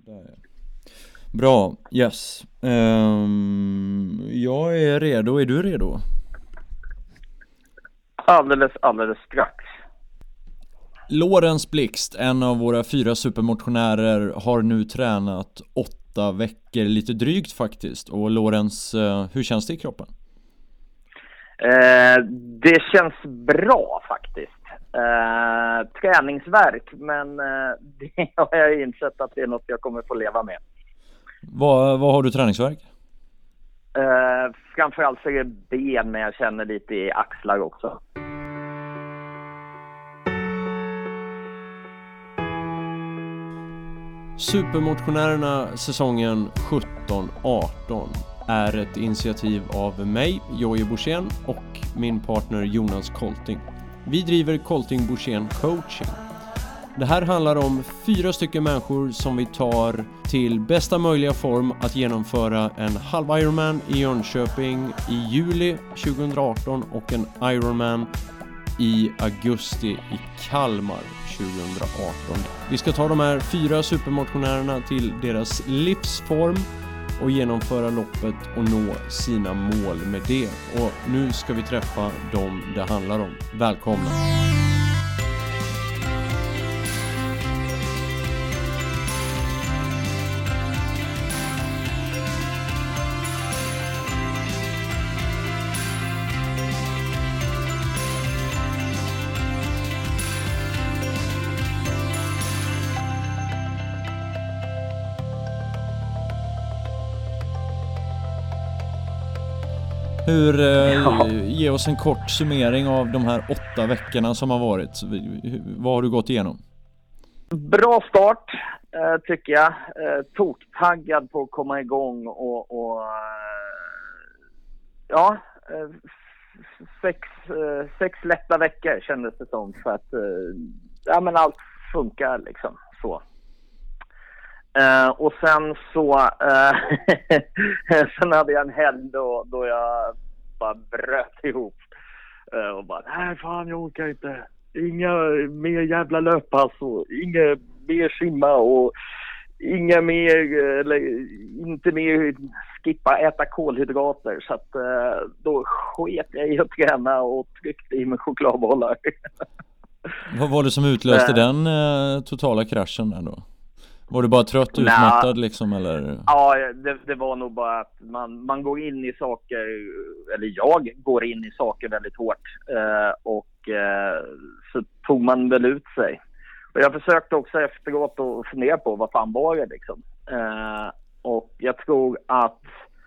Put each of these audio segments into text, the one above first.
Bra, yes. Jag är redo. Är du redo? Alldeles strax. Lorentz Blixt, en av våra 4 supermotionärer, har nu tränat 8 veckor, lite drygt faktiskt. Och Lorentz, hur känns det i kroppen? Det känns bra faktiskt. Träningsvärk, men det har jag insett att det är något jag kommer få leva med. Vad har du träningsvärk? Framförallt så är det ben, men jag känner lite i axlar också. Supermotionärerna säsongen 17-18 är ett initiativ av mig, Jojje Borssén, och min partner Jonas Kolting. Vi driver Kolting Borssén Coaching. Det här handlar om 4 stycken människor som vi tar till bästa möjliga form att genomföra en halv Ironman i Jönköping i juli 2018 och en Ironman i augusti i Kalmar 2018. Vi ska ta de här 4 supermotionärerna till deras livsform och genomföra loppet och nå sina mål med det. Och nu ska vi träffa dem det handlar om. Välkomna! Ge oss en kort summering av de här 8 veckorna som har varit. Vad har du gått igenom? Bra start tycker jag. Toktaggad på att komma igång och ja, 6 lätta veckor kändes det som, för att ja, men allt funkar liksom så. Och sen så sen hade jag en helg då jag bara bröt ihop och bara, nej fan, jag orkar inte. Inga mer jävla löppass och inga mer simma och inga mer, eller inte mer skippa äta kolhydrater. Så att då sket jag i att träna och tryckte i med chokladbollar. Vad var det som utlöste den totala kraschen där då? Var du bara trött och utmattad liksom, eller? Ja, det var nog bara att man går in i saker, eller jag går in i saker väldigt hårt, och så tog man väl ut sig. Och jag försökte också efteråt att fundera på vad fan var det liksom. Och jag tror att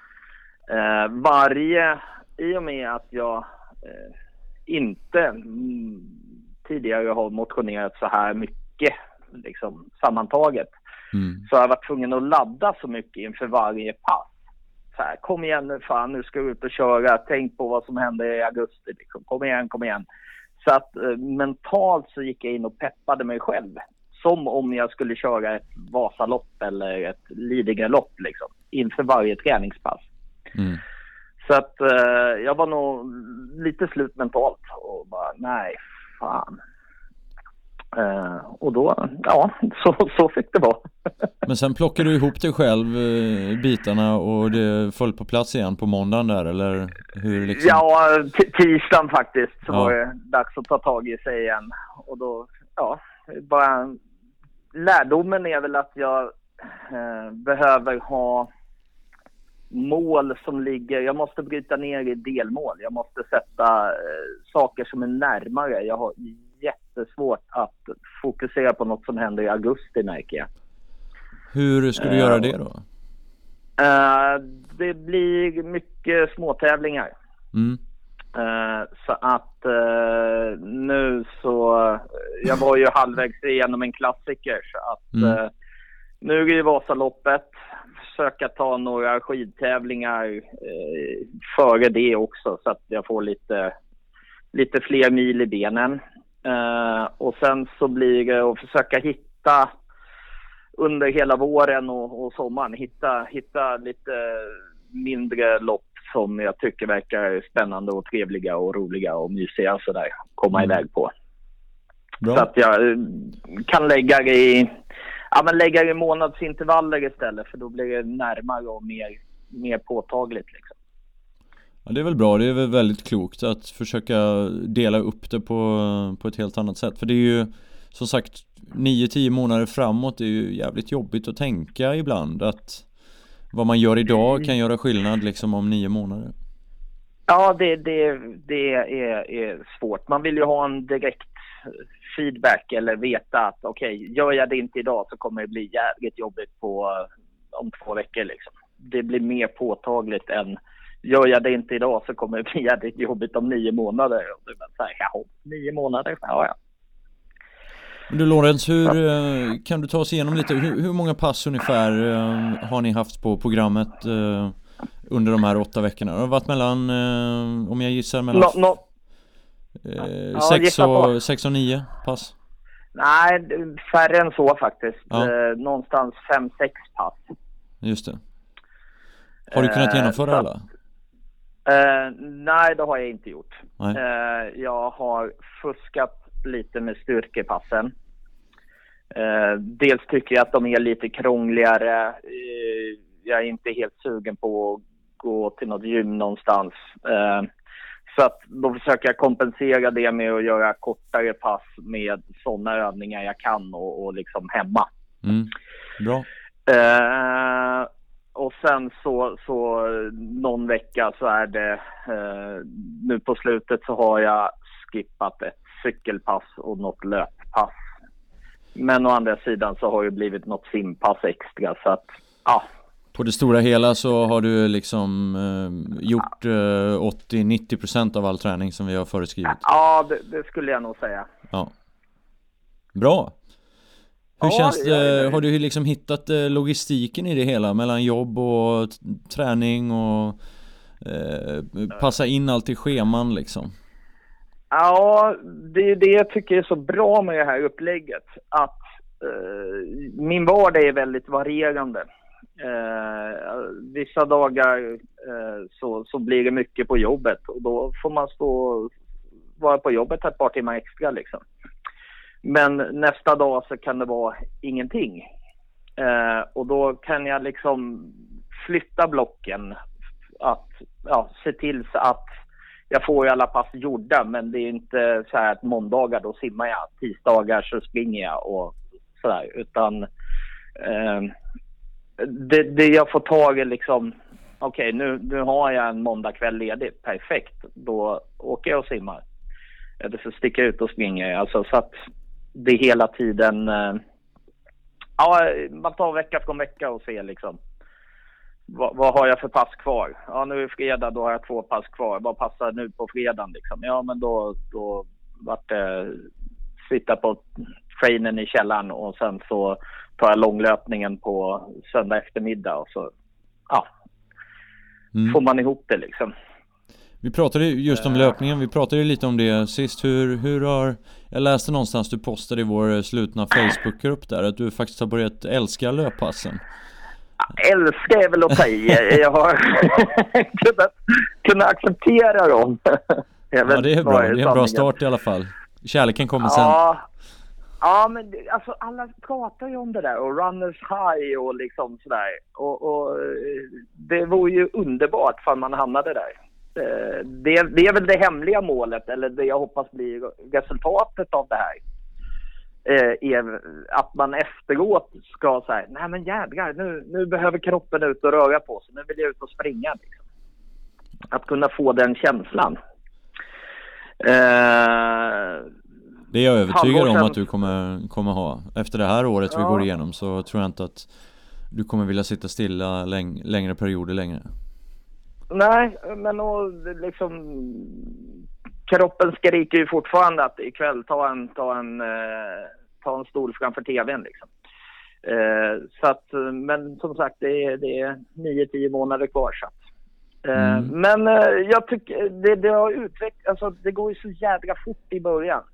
i och med att jag inte tidigare har motionerat så här mycket liksom sammantaget, så har jag varit tvungen att ladda så mycket inför varje pass. Så här, kom igen nu fan, nu ska vi ut och köra, tänk på vad som händer i augusti liksom. Kom igen. Så att mentalt så gick jag in och peppade mig själv som om jag skulle köra ett Vasalopp eller ett Lidingölopp liksom, inför varje träningspass. Så att jag var nog lite slut mentalt och bara, nej fan. Och då, ja, så fick det vara. Men sen plockade du ihop dig själv bitarna och det föll på plats igen på måndagen där, eller hur liksom? Ja, tisdagen faktiskt så var det dags att ta tag i sig igen. Och då, ja, bara lärdomen är väl att jag behöver ha mål som ligger, jag måste bryta ner i delmål. Jag måste sätta saker som är närmare. Jag har jättesvårt att fokusera på något som händer i augusti, märker jag. Hur ska du göra det då? Det blir mycket småtävlingar. Så att nu så jag var ju halvvägs igenom en klassiker, så att nu är det ju Vasaloppet, försöka ta några skidtävlingar före det också, så att jag får lite fler mil i benen. Och sen så blir det att försöka hitta under hela våren och sommaren, hitta lite mindre lopp som jag tycker verkar spännande och trevliga och roliga och mysiga och sådär, komma iväg på. Bra. Så att jag kan lägga det i men lägga i månadsintervaller istället, för då blir det närmare och mer påtagligt liksom. Ja, det är väl bra, det är väl väldigt klokt att försöka dela upp det på ett helt annat sätt. För det är ju som sagt 9-10 månader framåt, är ju jävligt jobbigt att tänka ibland att vad man gör idag kan göra skillnad liksom om 9 månader. Ja, det är svårt. Man vill ju ha en direkt feedback eller veta att okej, gör jag det inte idag så kommer det bli jävligt jobbigt om 2 veckor liksom. Det blir mer påtagligt än gör jag det inte idag så kommer det bli jävligt jobbigt om 9 månader. Och det är bara så här, 9 månader, ja. Du Lorenz, hur kan du ta oss igenom lite, hur många pass ungefär har ni haft på programmet under de här 8 veckorna? Det har varit mellan, om jag gissar, mellan 6 och 9 pass? Nej, färre än så faktiskt. Ja. Någonstans 5-6 pass. Just det. Har du kunnat genomföra alla? Nej, det har jag inte gjort. Jag har fuskat lite med styrkepassen. Dels tycker jag att de är lite krångligare. Jag är inte helt sugen på att gå till något gym någonstans. Så att då försöker jag kompensera det med att göra kortare pass med sådana övningar jag kan och liksom hemma. Bra. Och sen så någon vecka så är det nu på slutet så har jag skippat ett cykelpass och något löppass. Men å andra sidan så har det blivit något simpass extra, så att ja. På det stora hela så har du liksom gjort 80-90% av all träning som vi har föreskrivit. Ja, det skulle jag nog säga. Ja. Bra. Hur känns det? Har du liksom hittat logistiken i det hela mellan jobb och träning och passa in allt i scheman liksom? Ja, det är det jag tycker är så bra med det här upplägget. Att min vardag är väldigt varierande. Vissa dagar så blir det mycket på jobbet. Och då får man vara på jobbet ett par timmar extra liksom. Men nästa dag så kan det vara ingenting. Och då kan jag liksom flytta blocken. Att se till så att jag får ju alla pass gjorda, men det är inte så här att måndagar då simmar jag, tisdagar så springer jag och sådär, utan det jag får tag i liksom, okej, nu har jag en måndagkväll ledig, perfekt, då åker jag och simmar. Eller så sticker jag ut och springer, alltså, så att det hela tiden man tar vecka från vecka och ser liksom vad har jag för pass kvar? Ja, nu är fredag, då har jag 2 pass kvar. Vad passar nu på fredagen liksom? Ja, men då vart det sitta på trainen i källaren och sen så tar jag långlöpningen på söndag eftermiddag och så får man ihop det liksom. Vi pratade just om löpningen, vi pratade lite om det sist. Hur har, jag läste någonstans, du postade i vår slutna Facebook-grupp där att du faktiskt har börjat älska löppassen. Älskar är väl att ta i. Jag har kunnat acceptera dem. Ja, det är bra. Det är en bra start i alla fall. Kärleken kommer sen. Ja, men alltså alla pratar ju om det där och runners high och liksom sådär. Och det vore ju underbart för man hamnade där. Det är väl det hemliga målet, eller det jag hoppas blir resultatet av det här. Är att man efteråt ska säga, nej men jävlar, nu behöver kroppen ut och röra på sig, nu vill jag ut och springa liksom. Att kunna få den känslan. Det är jag övertygad om att du kommer ha. Efter det här året vi går igenom så tror jag inte att du kommer vilja sitta stilla längre perioder längre. Nej, men liksom kroppen skriker ju fortfarande att ikväll ta en stol framför tvn liksom. Så att, men som sagt det är 9-10 månader kvar så att. Men jag tycker det har utvecklats, alltså det går ju så jävla fort i början.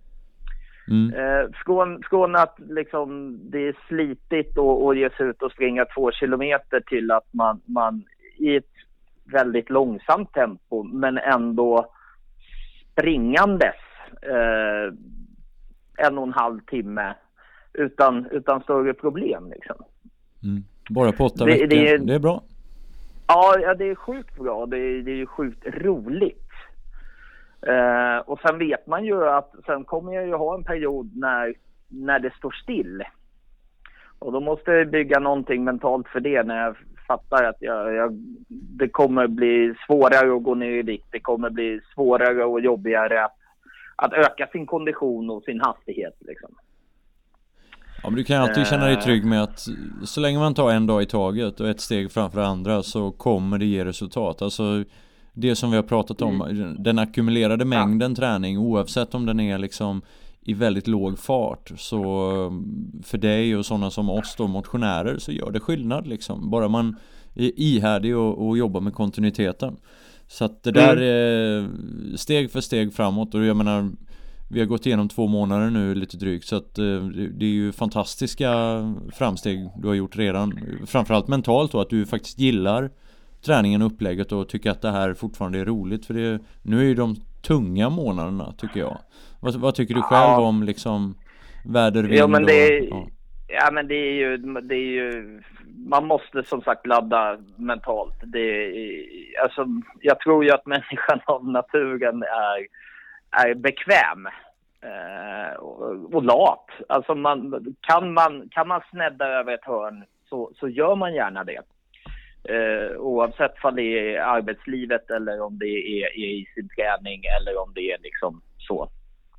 Från att liksom det är slitigt och ge sig ut och springa 2 kilometer till att man i ett väldigt långsamt tempo men ändå springandes 1,5 timme utan större problem liksom. Bara på 8 veckor, det är bra. Ja, det är sjukt bra. Det är ju sjukt roligt. Och sen vet man ju att sen kommer jag ju ha en period när det står still. Och då måste jag bygga någonting mentalt för det när jag fattar att det kommer bli svårare att gå ner i vikt. Det kommer bli svårare och jobbigare att öka sin kondition och sin hastighet liksom. Ja, men du kan alltid känna dig trygg med att så länge man tar en dag i taget och ett steg framför andra så kommer det ge resultat. Alltså det som vi har pratat om, den ackumulerade mängden träning, oavsett om den är liksom i väldigt låg fart, så för dig och sådana som oss då, motionärer, så gör det skillnad liksom. Bara man är ihärdig och jobbar med kontinuiteten. Så att det där är steg för steg framåt. Och jag menar, vi har gått igenom 2 månader nu lite drygt, så att det är ju fantastiska framsteg du har gjort redan. Framförallt mentalt då, att du faktiskt gillar träningen och upplägget och tycker att det här fortfarande är roligt. För nu är ju de tunga månaderna, tycker jag. Vad tycker du själv om liksom vädervind? Ja, men men det är ju man måste som sagt ladda mentalt. Alltså, jag tror ju att människan av naturen är bekväm och lat. Alltså kan man snedda över ett hörn så gör man gärna det. Oavsett om det är arbetslivet eller om det är i sin träning eller om det är liksom så.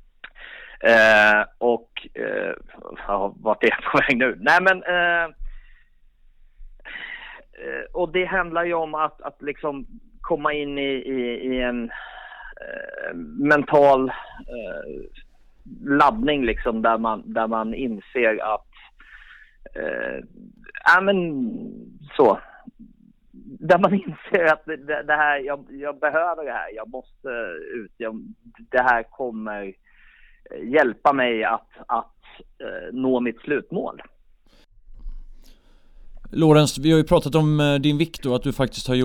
Vart är jag på väg nu? Nej, men och det handlar ju om att liksom komma in i en mental laddning liksom, där man inser att där man inser att det här, jag behöver det här, jag måste ut, det här kommer hjälpa mig att nå mitt slutmål. Lorentz, vi har ju pratat om din vikt och att du faktiskt har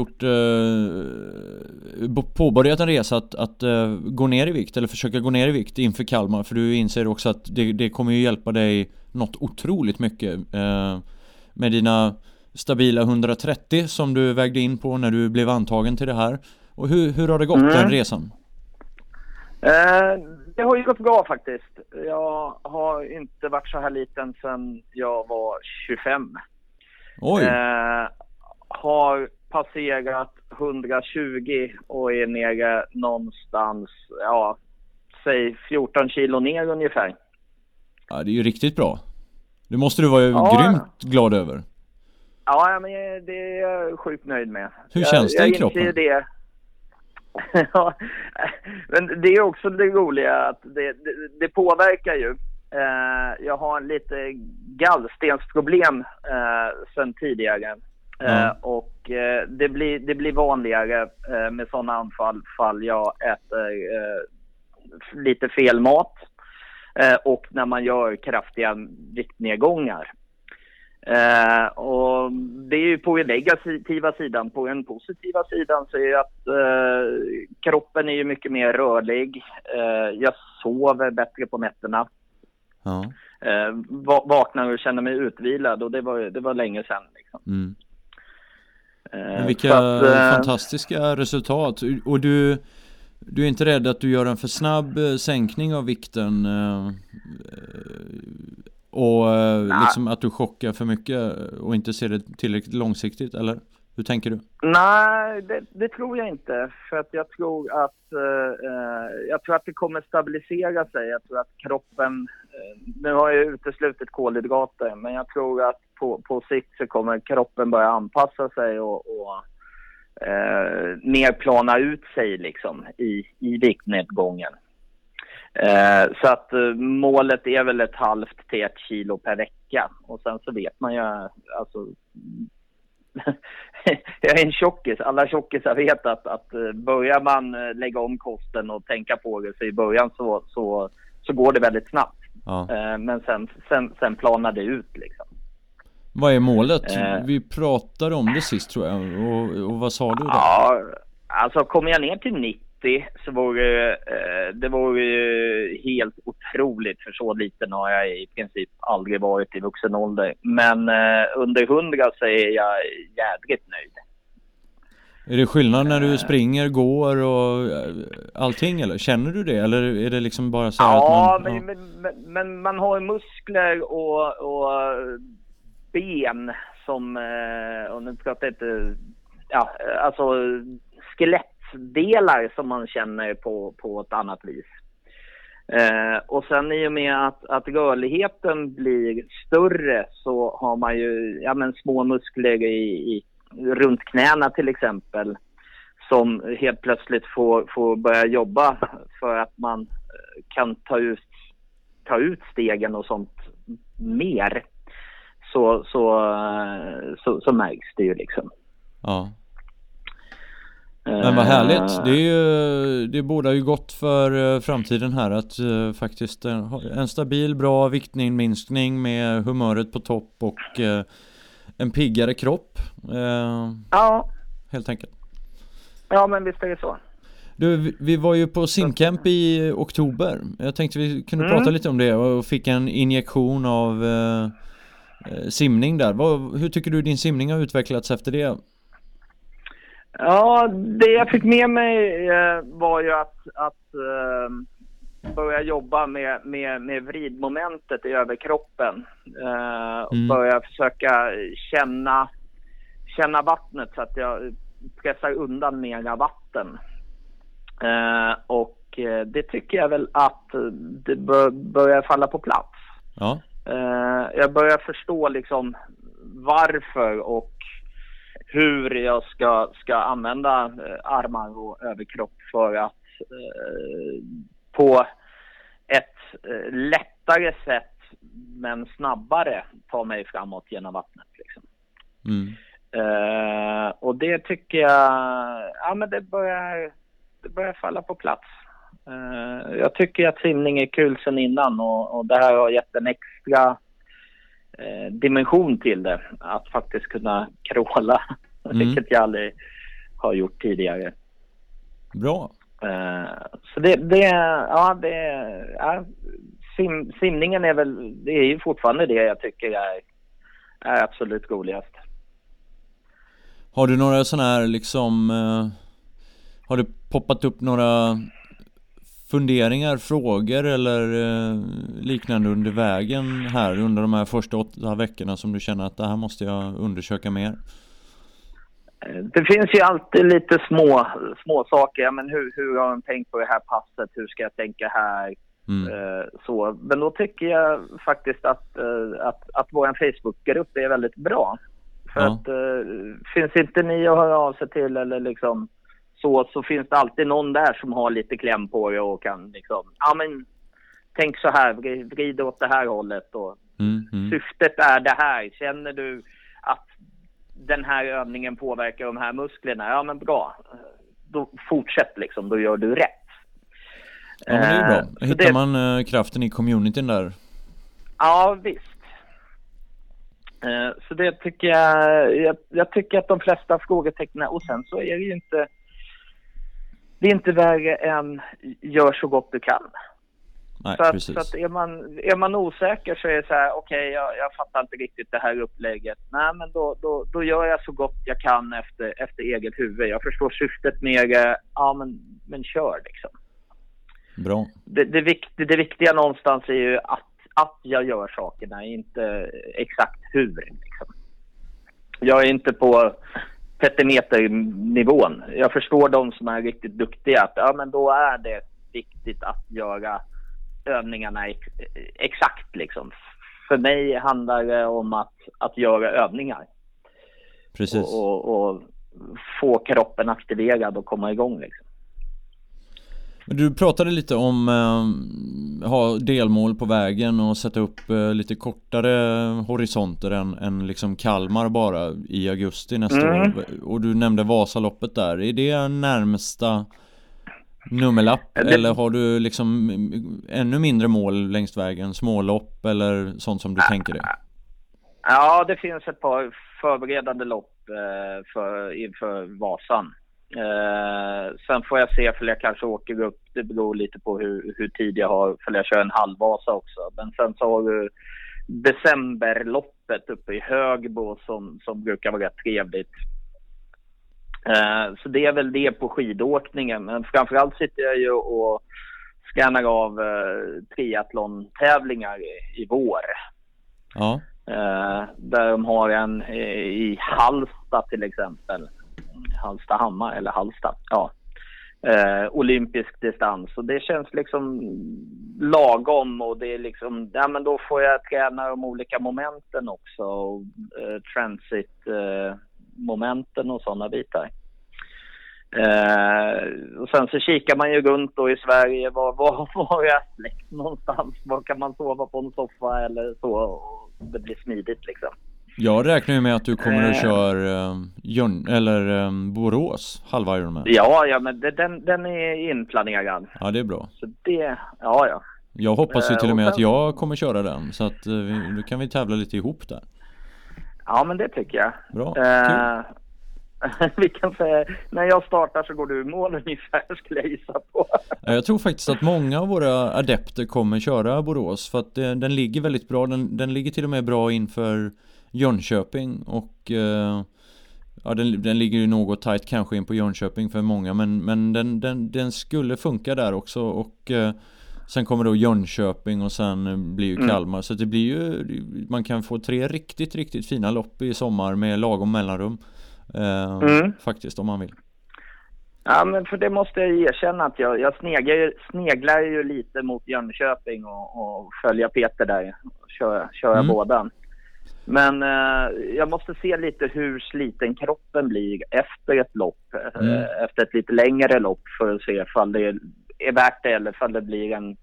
påbörjat en resa att gå ner i vikt, eller försöka gå ner i vikt inför Kalmar, för du inser också att det kommer ju hjälpa dig något otroligt mycket med dina stabila 130 som du vägde in på när du blev antagen till det här. Och hur har det gått den resan? Det har ju gått bra faktiskt. Jag har inte varit så här liten sedan jag var 25. Oj. Har passerat 120 och är nere någonstans, säg 14 kilo ner ungefär. Ja, det är ju riktigt bra. Det måste du vara grymt glad över. Ja, men det är jag sjukt nöjd med. Hur känns det i kroppen? Det. Ja, men det är också det roliga att det påverkar ju. Jag har lite gallstensproblem sedan tidigare. Och det blir vanligare med sådana anfall fall jag äter lite fel mat och när man gör kraftiga viktnedgångar. Och det är ju på den negativa sidan. På den positiva sidan så är det att kroppen är ju mycket mer rörlig. Jag sover bättre på nätterna. Vaknar och känner mig utvilad, och det var länge sedan liksom. Men vilka fantastiska resultat. Och du är inte rädd att du gör en för snabb sänkning av vikten och liksom att du chockar för mycket och inte ser det tillräckligt långsiktigt, eller? Hur tänker du? Nej, det tror jag inte. För att jag tror att det kommer stabilisera sig. Jag tror att kroppen, nu har jag uteslutit kolhydrater, men jag tror att på sikt så kommer kroppen börja anpassa sig och nerplana ut sig liksom i viktnedgången. Så att målet är väl 0,5 till 1 kilo per vecka. Och sen så vet man ju, alltså jag är en tjockis. Alla tjockisar vet att börjar man lägga om kosten och tänka på det, så i början så går det väldigt snabbt. Ja. Men sen planar det ut liksom. Vad är målet? Vi pratade om det sist, tror jag. Och vad sa du då? Ja, alltså kommer jag ner till 90 så vore det vore ju helt otroligt, för så liten har jag i princip aldrig varit i vuxen ålder. Men under 100 så är jag jädrigt nöjd. Är det skillnad när du springer, går och allting, eller känner du det? Eller är det liksom bara så här att man... men man har muskler och ben som, och nu pratar jag inte, alltså skelettdelar som man känner på ett annat vis. Och sen i och med att rörligheten blir större så har man ju små muskler i runt knäna till exempel, som helt plötsligt får börja jobba för att man kan ta ut stegen och sånt mer. Så märks det ju liksom. Ja. Men vad härligt. Det bådar ju gott för framtiden här, att faktiskt en stabil, bra viktminskning med humöret på topp och en piggare kropp. Ja. Helt enkelt. Ja, men visst är det så. Du, vi var ju på simcamp i oktober. Jag tänkte vi kunde prata lite om det och fick en injektion av simning där. Hur tycker du din simning har utvecklats efter det? Ja, det jag fick med mig var ju att börja jobba med vridmomentet i överkroppen. Och börja försöka känna vattnet så att jag pressar undan mera vatten. Och det tycker jag väl att det börjar falla på plats. Ja. Jag börjar förstå liksom varför och hur jag ska använda armar och överkropp för att på ett lättare sätt men snabbare ta mig framåt genom vattnet liksom. Och det tycker jag det börjar falla på plats. Jag tycker att simning är kul sedan innan, och det här har gett en extra dimension till det, att faktiskt kunna kråla, vilket jag aldrig har gjort tidigare. Bra. Så simningen det är ju fortfarande det jag tycker är absolut roligast. Har du några sådana här liksom har det poppat upp några funderingar, frågor eller liknande under vägen här under de här första 8 veckorna som du känner att det här måste jag undersöka mer? Det finns ju alltid lite små saker. Men hur har jag tänkt på det här passet? Hur ska jag tänka här? Så. Men då tycker jag faktiskt att vår Facebookgrupp är väldigt bra. För att finns inte ni att höra av sig till eller liksom så finns det alltid någon där som har lite kläm på det och kan liksom, tänk så här, vrid åt det här hållet och syftet är det här. Känner du att den här övningen påverkar de här musklerna? Ja, men bra. Då fortsätt liksom, då gör du rätt. Ja, men det är bra. Hittar man kraften i communityn där? Ja, visst. Så det tycker jag tycker att de flesta frågetecknen, och sen så är det ju inte, det är inte värre än gör så gott du kan. Nej, så att är man osäker så är det så här, okej, jag fattar inte riktigt det här upplägget. Nej, men då gör jag så gott jag kan efter eget huvud. Jag förstår syftet med det, men kör liksom. Bra. Det viktiga någonstans är ju att jag gör sakerna, inte exakt hur liksom. Jag är inte på petimeternivån. Jag förstår de som är riktigt duktiga att men då är det viktigt att göra övningarna exakt liksom. För mig handlar det om att göra övningar. Precis. Och få kroppen aktiverad och komma igång liksom. Du pratade lite om ha delmål på vägen och sätta upp lite kortare horisonter än liksom Kalmar bara i augusti nästa år. Och du nämnde Vasaloppet där. Är det närmsta nummerlapp eller har du liksom ännu mindre mål längs vägen? Smålopp eller sånt som du tänker dig? Ja, det finns ett par förberedande lopp inför Vasan. Sen får jag se för jag kanske åker upp. Det beror lite på hur tid jag har, för jag kör en halvvasa också. Men sen så har du decemberloppet uppe i Högbo som brukar vara rätt trevligt. Så det är väl det på skidåkningen. Men framförallt sitter jag ju och skannar av triathlon-tävlingar i vår. Ja. Där de har en i Halsta till exempel. Hallstahammar eller Halsta. Ja. Olympisk distans. Och det känns liksom lagom, och det är liksom, ja, men då får jag träna de olika momenten också. Och, transit momenten och sådana bitar. Och sen så kikar man ju runt då i Sverige, var är släkt någonstans, var kan man sova på en soffa eller så, och det blir smidigt liksom. Jag räknar ju med att du kommer att köra Borås halva Ironman. Ja, men den är inplanerad. Ja, det är bra. Så det, ja. Jag hoppas ju till och med att jag kommer köra den, så att nu kan vi tävla lite ihop där. Ja, men det tycker jag. Bra, vi kan säga, när jag startar så går du i mål ungefär, skulle jag gissa på. Jag tror faktiskt att många av våra adepter kommer köra Borås, för att den ligger väldigt bra. Den ligger till och med bra inför Jönköping, och ja, den ligger ju något tajt kanske in på Jönköping för många, men den skulle funka där också, och sen kommer då Jönköping och sen blir ju Kalmar, så det blir ju, man kan få 3 riktigt, riktigt fina lopp i sommar med lagom mellanrum. Faktiskt, om man vill. Ja, men för det måste jag erkänna att jag sneglar ju lite mot Jönköping och följa Peter där och köra båda. Men jag måste se lite hur sliten kroppen blir efter ett lopp, efter ett lite längre lopp, för att se ifall det är värt det eller ifall det blir en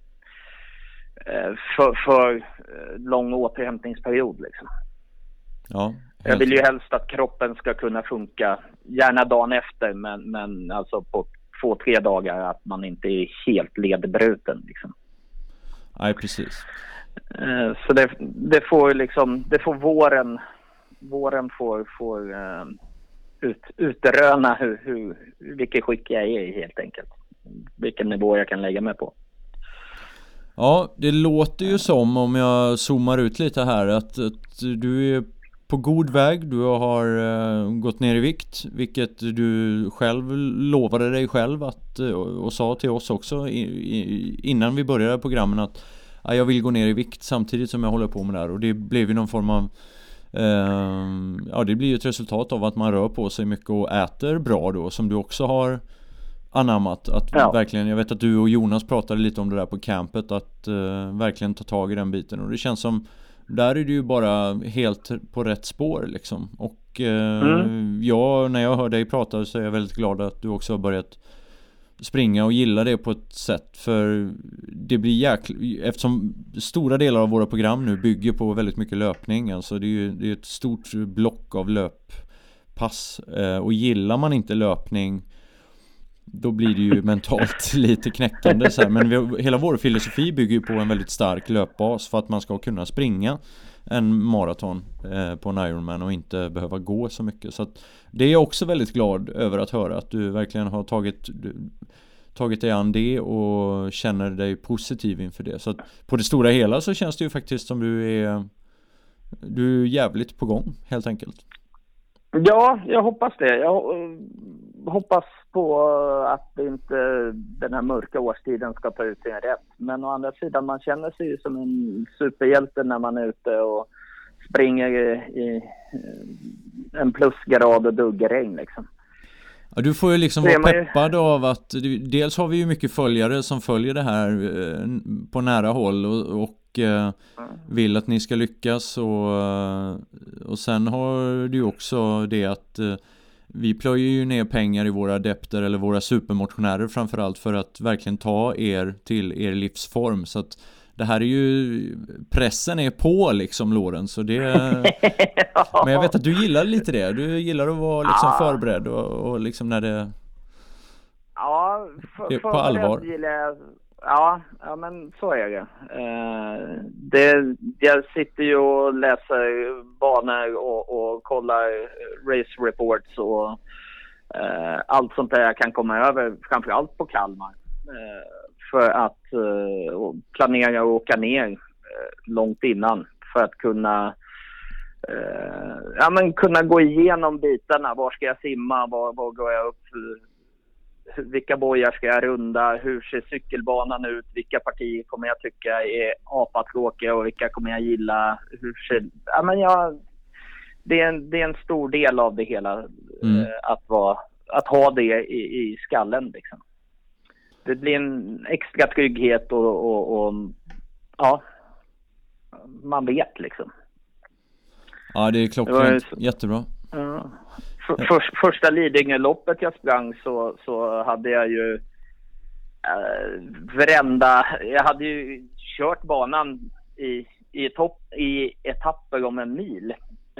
för lång återhämtningsperiod liksom. Ja. Jag vill ju helst att kroppen ska kunna funka, gärna dagen efter, men alltså på 2-3 dagar, att man inte är helt ledbruten liksom. Nej, precis. Så det får liksom, det får våren får utröna vilket skick jag är i, helt enkelt. Vilken nivå jag kan lägga mig på. Ja, det låter ju som, om jag zoomar ut lite här, att du är på god väg. Du har gått ner i vikt, vilket du själv lovade dig själv och sa till oss också innan vi började programmen, att jag vill gå ner i vikt samtidigt som jag håller på med det här. Och det blev ju någon form av det blir ju ett resultat av att man rör på sig mycket och äter bra då, som du också har anammat. Att verkligen, jag vet att du och Jonas pratade lite om det där på campet, att verkligen ta tag i den biten. Och det känns som, där är du ju bara helt på rätt spår liksom. Och när jag hör dig prata så är jag väldigt glad att du också har börjat springa och gilla det på ett sätt, för det blir eftersom stora delar av våra program nu bygger på väldigt mycket löpning, alltså det är ett stort block av löppass, och gillar man inte löpning, då blir det ju mentalt lite knäckande så här. Men hela vår filosofi bygger ju på en väldigt stark löpbas för att man ska kunna springa en maraton på en Ironman och inte behöva gå så mycket. Så att det är jag också väldigt glad över att höra, att du verkligen har tagit dig an det och känner dig positiv inför det. Så att på det stora hela så känns det ju faktiskt som du är jävligt på gång, helt enkelt. Ja, jag hoppas det. Jag hoppas på att inte den här mörka årstiden ska ta ut sin rätt. Men å andra sidan, man känner sig ju som en superhjälte när man är ute och springer i en plusgrad och duggregn liksom. Ja, du får ju liksom vara peppad av att dels har vi ju mycket följare som följer det här på nära håll och vill att ni ska lyckas, och sen har du också det att vi plöjer ju ner pengar i våra adepter eller våra supermotionärer framförallt, för att verkligen ta er till er livsform. Så att det här är ju, pressen är på liksom, Lorenz, så det men jag vet att du gillar lite det. Du gillar att vara liksom förberedd och liksom när det är på allvar. Gillar jag. Ja, men så är det. Jag sitter ju och läser banor och kollar race reports och allt sånt där jag kan komma över, framförallt på Kalmar. För att planera och åka ner långt innan för att kunna kunna gå igenom bitarna. Var ska jag simma? Var går jag upp? Vilka bojar ska jag runda? Hur ser cykelbanan ut? Vilka partier kommer jag tycka är apatråkiga och vilka kommer jag gilla? Det är en stor del av det hela att ha det i skallen liksom. Det blir en extra trygghet och man vet liksom. Ja, det är klockrent. Jättebra. Ja. Första Lidingö-loppet jag sprang så hade jag ju jag hade ju kört banan i etapper om en mil.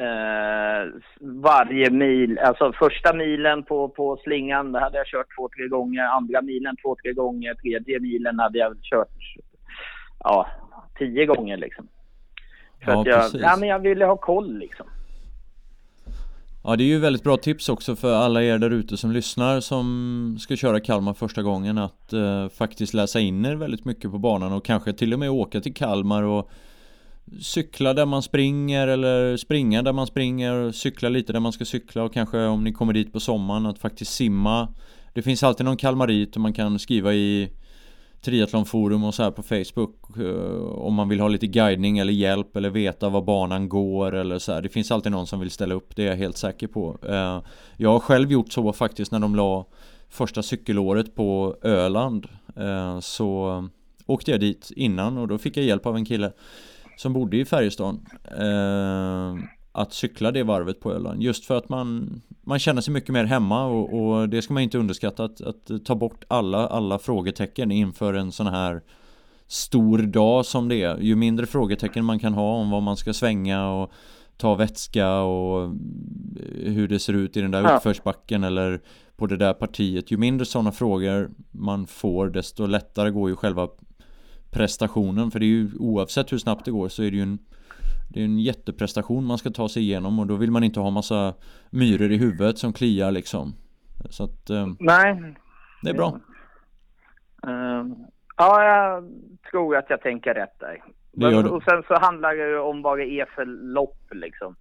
Varje mil, alltså första milen på slingan, det hade jag kört 2-3 gånger, andra milen 2-3 gånger, tredje milen hade jag kört 10 gånger liksom. För att jag ville ha koll liksom. Ja, det är ju väldigt bra tips också för alla er där ute som lyssnar som ska köra Kalmar första gången att faktiskt läsa in er väldigt mycket på banan och kanske till och med åka till Kalmar och cykla där man springer eller springa där man springer och cykla lite där man ska cykla och kanske om ni kommer dit på sommaren att faktiskt simma. Det finns alltid någon kalmarit och man kan skriva i triathlonforum och så här på Facebook om man vill ha lite guidning eller hjälp eller veta var banan går eller så här. Det finns alltid någon som vill ställa upp, det är jag helt säker på. Jag har själv gjort så faktiskt när de la första cykelåret på Öland, så åkte jag dit innan och då fick jag hjälp av en kille som bodde i Färjestad att cykla det varvet på Öland. Just för att man känner sig mycket mer hemma och det ska man inte underskatta att ta bort alla frågetecken inför en sån här stor dag som det är. Ju mindre frågetecken man kan ha om vad man ska svänga och ta vätska och hur det ser ut i den där utförsbacken eller på det där partiet. Ju mindre sådana frågor man får desto lättare går ju själva prestationen, för det är ju oavsett hur snabbt det går så är det ju en jätteprestation man ska ta sig igenom och då vill man inte ha massa myror i huvudet som kliar liksom. Så att nej. Det är bra. Ja, jag tror att jag tänker rätt där. Och sen så handlar det om vad det är för lopp liksom.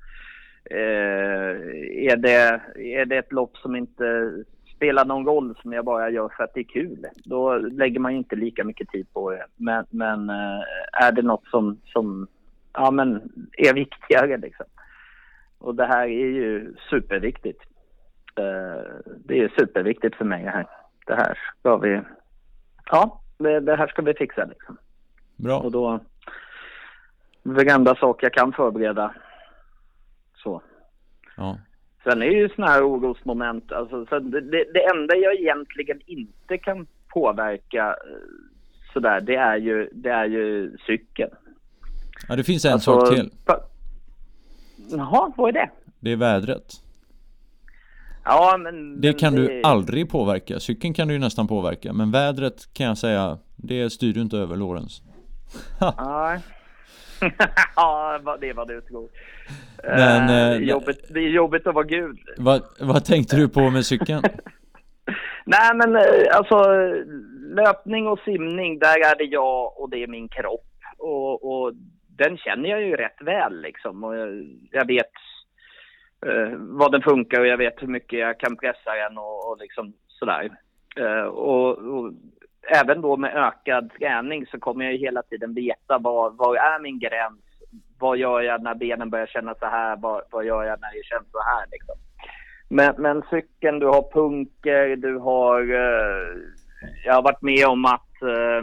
Är det ett lopp som inte spelar någon roll som jag bara gör för att det är kul, då lägger man inte lika mycket tid på det. Men är det något som är viktigare liksom. Och det här är ju superviktigt. Det är superviktigt för mig här. Det här ska vi det här ska vi fixa liksom. Bra. Och då varenda sak jag kan förbereda så. Ja. Sen är det ju såna här orosmoment. Alltså, så det enda jag egentligen inte kan påverka sådär, det är ju cykeln. Ja, det finns en sak till. Jaha, vad är det? Det är vädret. Ja, men det kan du aldrig påverka. Cykeln kan du ju nästan påverka. Men vädret kan jag säga, det styr du inte över, Lorenz. Nej. Ja, det var det tror. Men, det är jobbigt att vara gud. Vad tänkte du på med cykeln? Nej, men alltså löpning och simning, där är det jag och det är min kropp. Och den känner jag ju rätt väl liksom. Och jag vet vad den funkar och jag vet hur mycket jag kan pressa den och liksom sådär. Och även då med ökad träning så kommer jag ju hela tiden veta vad är min gräns. Vad gör jag när benen börjar känna så här? Vad gör jag när det känns så här liksom. Men cykeln, du har punker, du har jag har varit med om att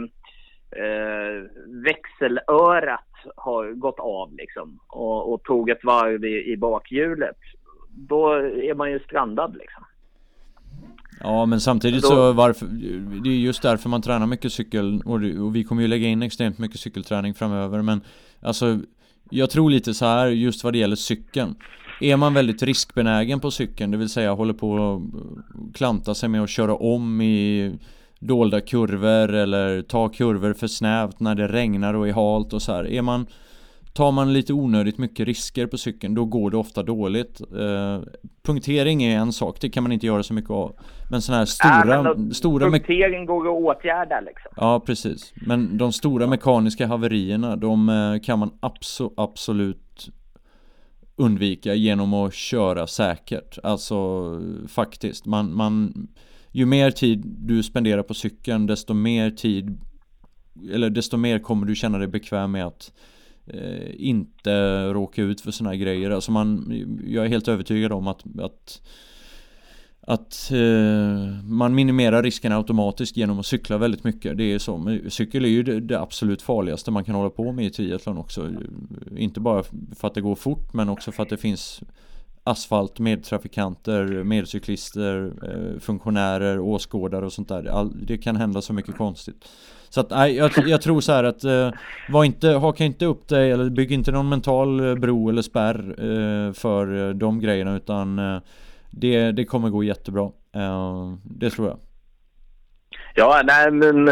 växelörat har gått av liksom och tog ett varv i bakhjulet. Då är man ju strandad liksom. Ja, men samtidigt så det är just därför man tränar mycket cykel och vi kommer ju lägga in extremt mycket cykelträning framöver, men alltså jag tror lite så här just vad det gäller cykeln. Är man väldigt riskbenägen på cykeln, det vill säga håller på att klanta sig med att köra om i dolda kurvor eller ta kurvor för snävt när det regnar och är halt och så här. Är man tar man lite onödigt mycket risker på cykeln, då går det ofta dåligt. Punktering är en sak, det kan man inte göra så mycket av. Men sådana här stora punktering går att åtgärda liksom. Ja, precis. Men de stora mekaniska haverierna, de kan man absolut undvika genom att köra säkert. Alltså faktiskt, ju mer tid du spenderar på cykeln, desto mer kommer du känna dig bekväm med att inte råka ut för såna här grejer. Alltså jag är helt övertygad om att man minimerar risken automatiskt genom att cykla väldigt mycket. Det är så. Cykel är ju det absolut farligaste man kan hålla på med i triathlon också. Inte bara för att det går fort, men också för att det finns asfalt, medtrafikanter, medcyklister, funktionärer, åskådare och sånt där. Det kan hända så mycket konstigt. Så att jag tror så här att haka inte upp dig eller bygg inte någon mental bro eller spärr för de grejerna, utan det kommer gå jättebra. Det tror jag. Ja, nej men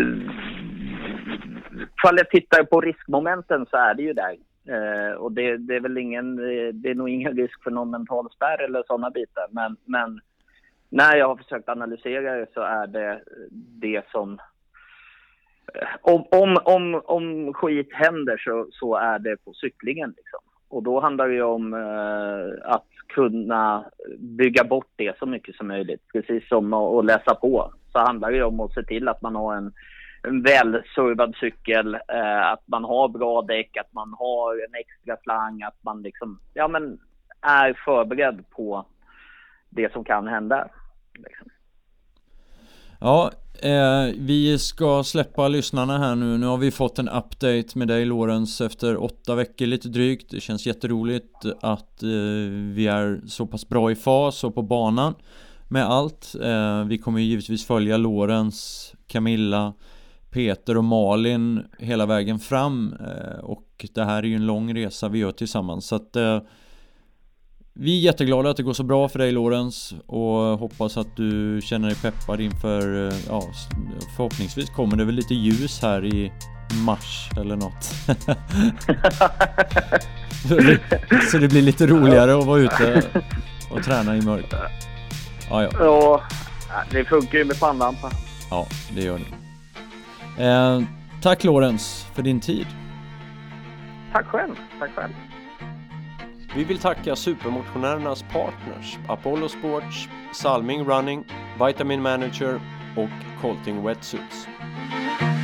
ifall jag tittar på riskmomenten så är det ju där. Och det är väl det är nog ingen risk för någon mental spärr eller sådana bitar. Men när jag har försökt analysera det så är det som om skit händer så är det på cyklingen liksom. Och då handlar det ju om att kunna bygga bort det så mycket som möjligt. Precis som att läsa på, så handlar det ju om att se till att man har en välservad cykel, att man har bra däck, att man har en extra slang, att man liksom, är förberedd på det som kan hända liksom. Ja, vi ska släppa lyssnarna här nu. Nu har vi fått en update med dig, Lorenz, efter 8 veckor lite drygt. Det känns jätteroligt att vi är så pass bra i fas och på banan med allt. Vi kommer ju givetvis följa Lorenz, Camilla, Peter och Malin hela vägen fram. Och det här är ju en lång resa vi gör tillsammans. Så att vi är jätteglada att det går så bra för dig, Lorenz, och hoppas att du känner dig peppad inför, förhoppningsvis kommer det väl lite ljus här i mars eller något. Så det blir lite roligare att vara ute och träna i mörker. Ja, det funkar ju med pannlampa. Ja, det gör det. Tack, Lorenz, för din tid. Tack själv. Vi vill tacka supermotionärernas partners Apollo Sports, Salming Running, Vitamin Manager och Colting Wetsuits.